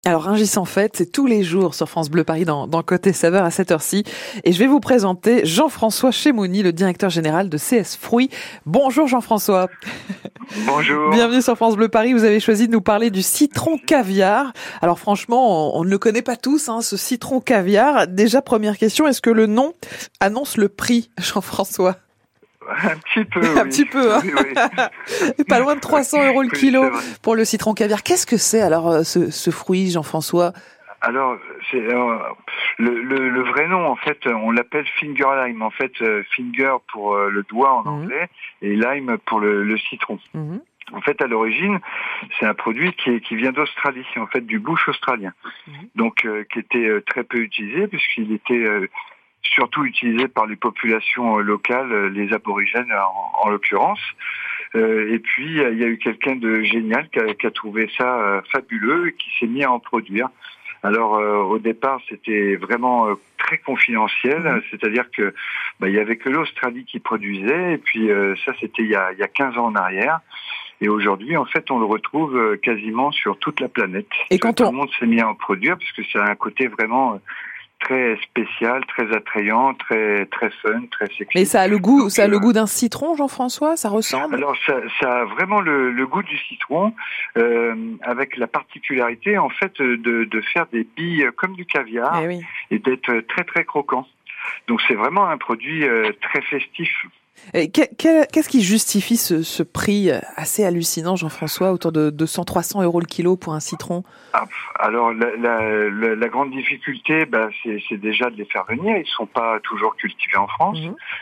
Alors Rungis en fête, c'est tous les jours sur France Bleu Paris dans Côté Saveur à cette heure-ci. Et je vais vous présenter Jean-François Chemouni, le directeur général de CS Fruits. Bonjour Jean-François. Bonjour. Bienvenue sur France Bleu Paris. Vous avez choisi de nous parler du citron caviar. Alors franchement, on ne le connaît pas tous, ce citron caviar. Déjà, première question, est-ce que le nom annonce le prix, Jean-François ? Un petit peu, Un petit peu, hein. Oui. Pas loin de 300 € le kilo pour le citron caviar. Qu'est-ce que c'est alors ce fruit, Jean-François ? Alors, c'est le vrai nom, en fait, on l'appelle finger lime. En fait, finger pour le doigt en anglais et lime pour le citron. En fait, à l'origine, c'est un produit qui vient d'Australie, en fait, du bush australien. Donc, qui était très peu utilisé puisqu'il était surtout utilisé par les populations locales, les aborigènes en l'occurrence. Et puis, il y a eu quelqu'un de génial qui a trouvé ça fabuleux et qui s'est mis à en produire. Alors, au départ, c'était vraiment très confidentiel, c'est-à-dire que il y avait que l'Australie qui produisait, et puis ça, c'était il y a 15 ans en arrière. Et aujourd'hui, en fait, on le retrouve quasiment sur toute la planète. Et quand tout le monde s'est mis à en produire, parce que ça a un côté vraiment très spécial, très attrayant, très fun, très sexy. Mais ça a le goût, ça a le goût d'un citron, Jean-François, ça ressemble. Alors ça a vraiment le goût du citron, avec la particularité en fait de faire des billes comme du caviar et d'être très très croquant. Donc c'est vraiment un produit très festif. Et qu'est-ce qui justifie ce prix assez hallucinant, Jean-François, autour de 200-300 € le kilo pour un citron? Alors la grande difficulté, c'est déjà de les faire venir. Ils sont pas toujours cultivés en France.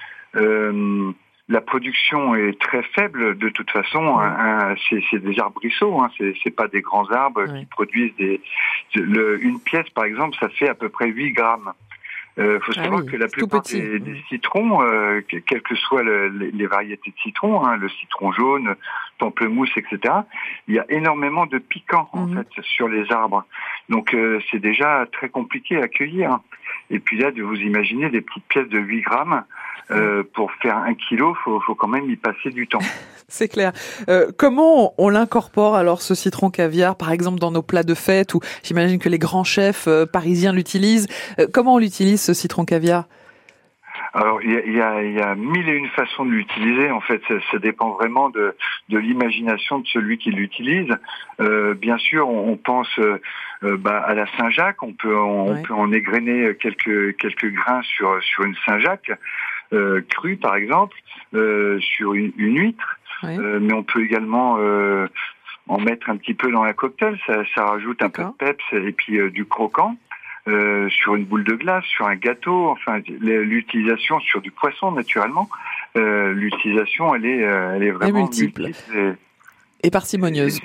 La production est très faible de toute façon. C'est des arbrisseaux, c'est pas des grands arbres qui produisent une pièce par exemple, ça fait à peu près 8 grammes. Faut savoir que la plupart des citrons, quelles que soient les variétés de citrons, le citron jaune, pamplemousse, etc., il y a énormément de piquants en fait sur les arbres. Donc c'est déjà très compliqué à cueillir. Et puis là, de vous imaginer des petites pièces de 8 grammes, pour faire 1 kilo, faut quand même y passer du temps. C'est clair. Comment on l'incorpore alors ce citron caviar, par exemple dans nos plats de fête, où j'imagine que les grands chefs parisiens l'utilisent. Comment on l'utilise ce citron caviar ? Alors il y a 1001 façons de l'utiliser. En fait, ça dépend vraiment de l'imagination de celui qui l'utilise. Bien sûr, on pense à la Saint-Jacques. On peut en égrener quelques grains sur une Saint-Jacques crue par exemple, sur une huître. Mais on peut également en mettre un petit peu dans la cocktail. Ça rajoute un peu de peps et puis du croquant. Sur une boule de glace, sur un gâteau, enfin l'utilisation sur du poisson naturellement, l'utilisation elle est vraiment multiple et parcimonieuse.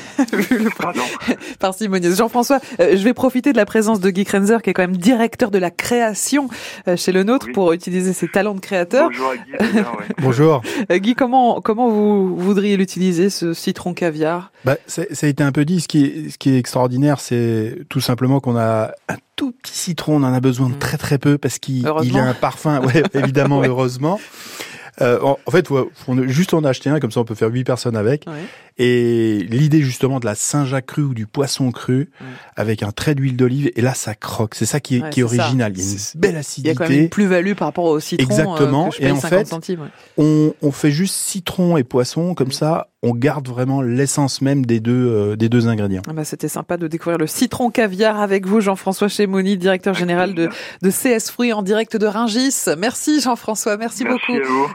Parcimonieuse. Jean-François, je vais profiter de la présence de Guy Krenzer, qui est quand même directeur de la création chez Le Nôtre, pour utiliser ses talents de créateur. Bonjour à Guy. Bonjour. Guy, comment vous voudriez l'utiliser, ce citron caviar ? Ça a été un peu dit. Ce qui est extraordinaire, c'est tout simplement qu'on a un tout petit citron. On en a besoin de très très peu parce qu'il a un parfum. Ouais, évidemment, heureusement. En fait, faut juste en acheter un, comme ça on peut faire 8 personnes avec. Et l'idée justement de la Saint-Jacques crue ou du poisson cru avec un trait d'huile d'olive, et là ça croque. C'est ça qui est original. Il y a une belle acidité. Il y a quand même une plus-value par rapport au citron. Exactement. Que je paye et en 50 fait, centimes. On fait juste citron et poisson, comme ça on garde vraiment l'essence même des deux ingrédients. C'était sympa de découvrir le citron caviar avec vous, Jean-François Chemouni, directeur général de CS Fruits en direct de Rungis. Merci Jean-François, merci beaucoup. À vous.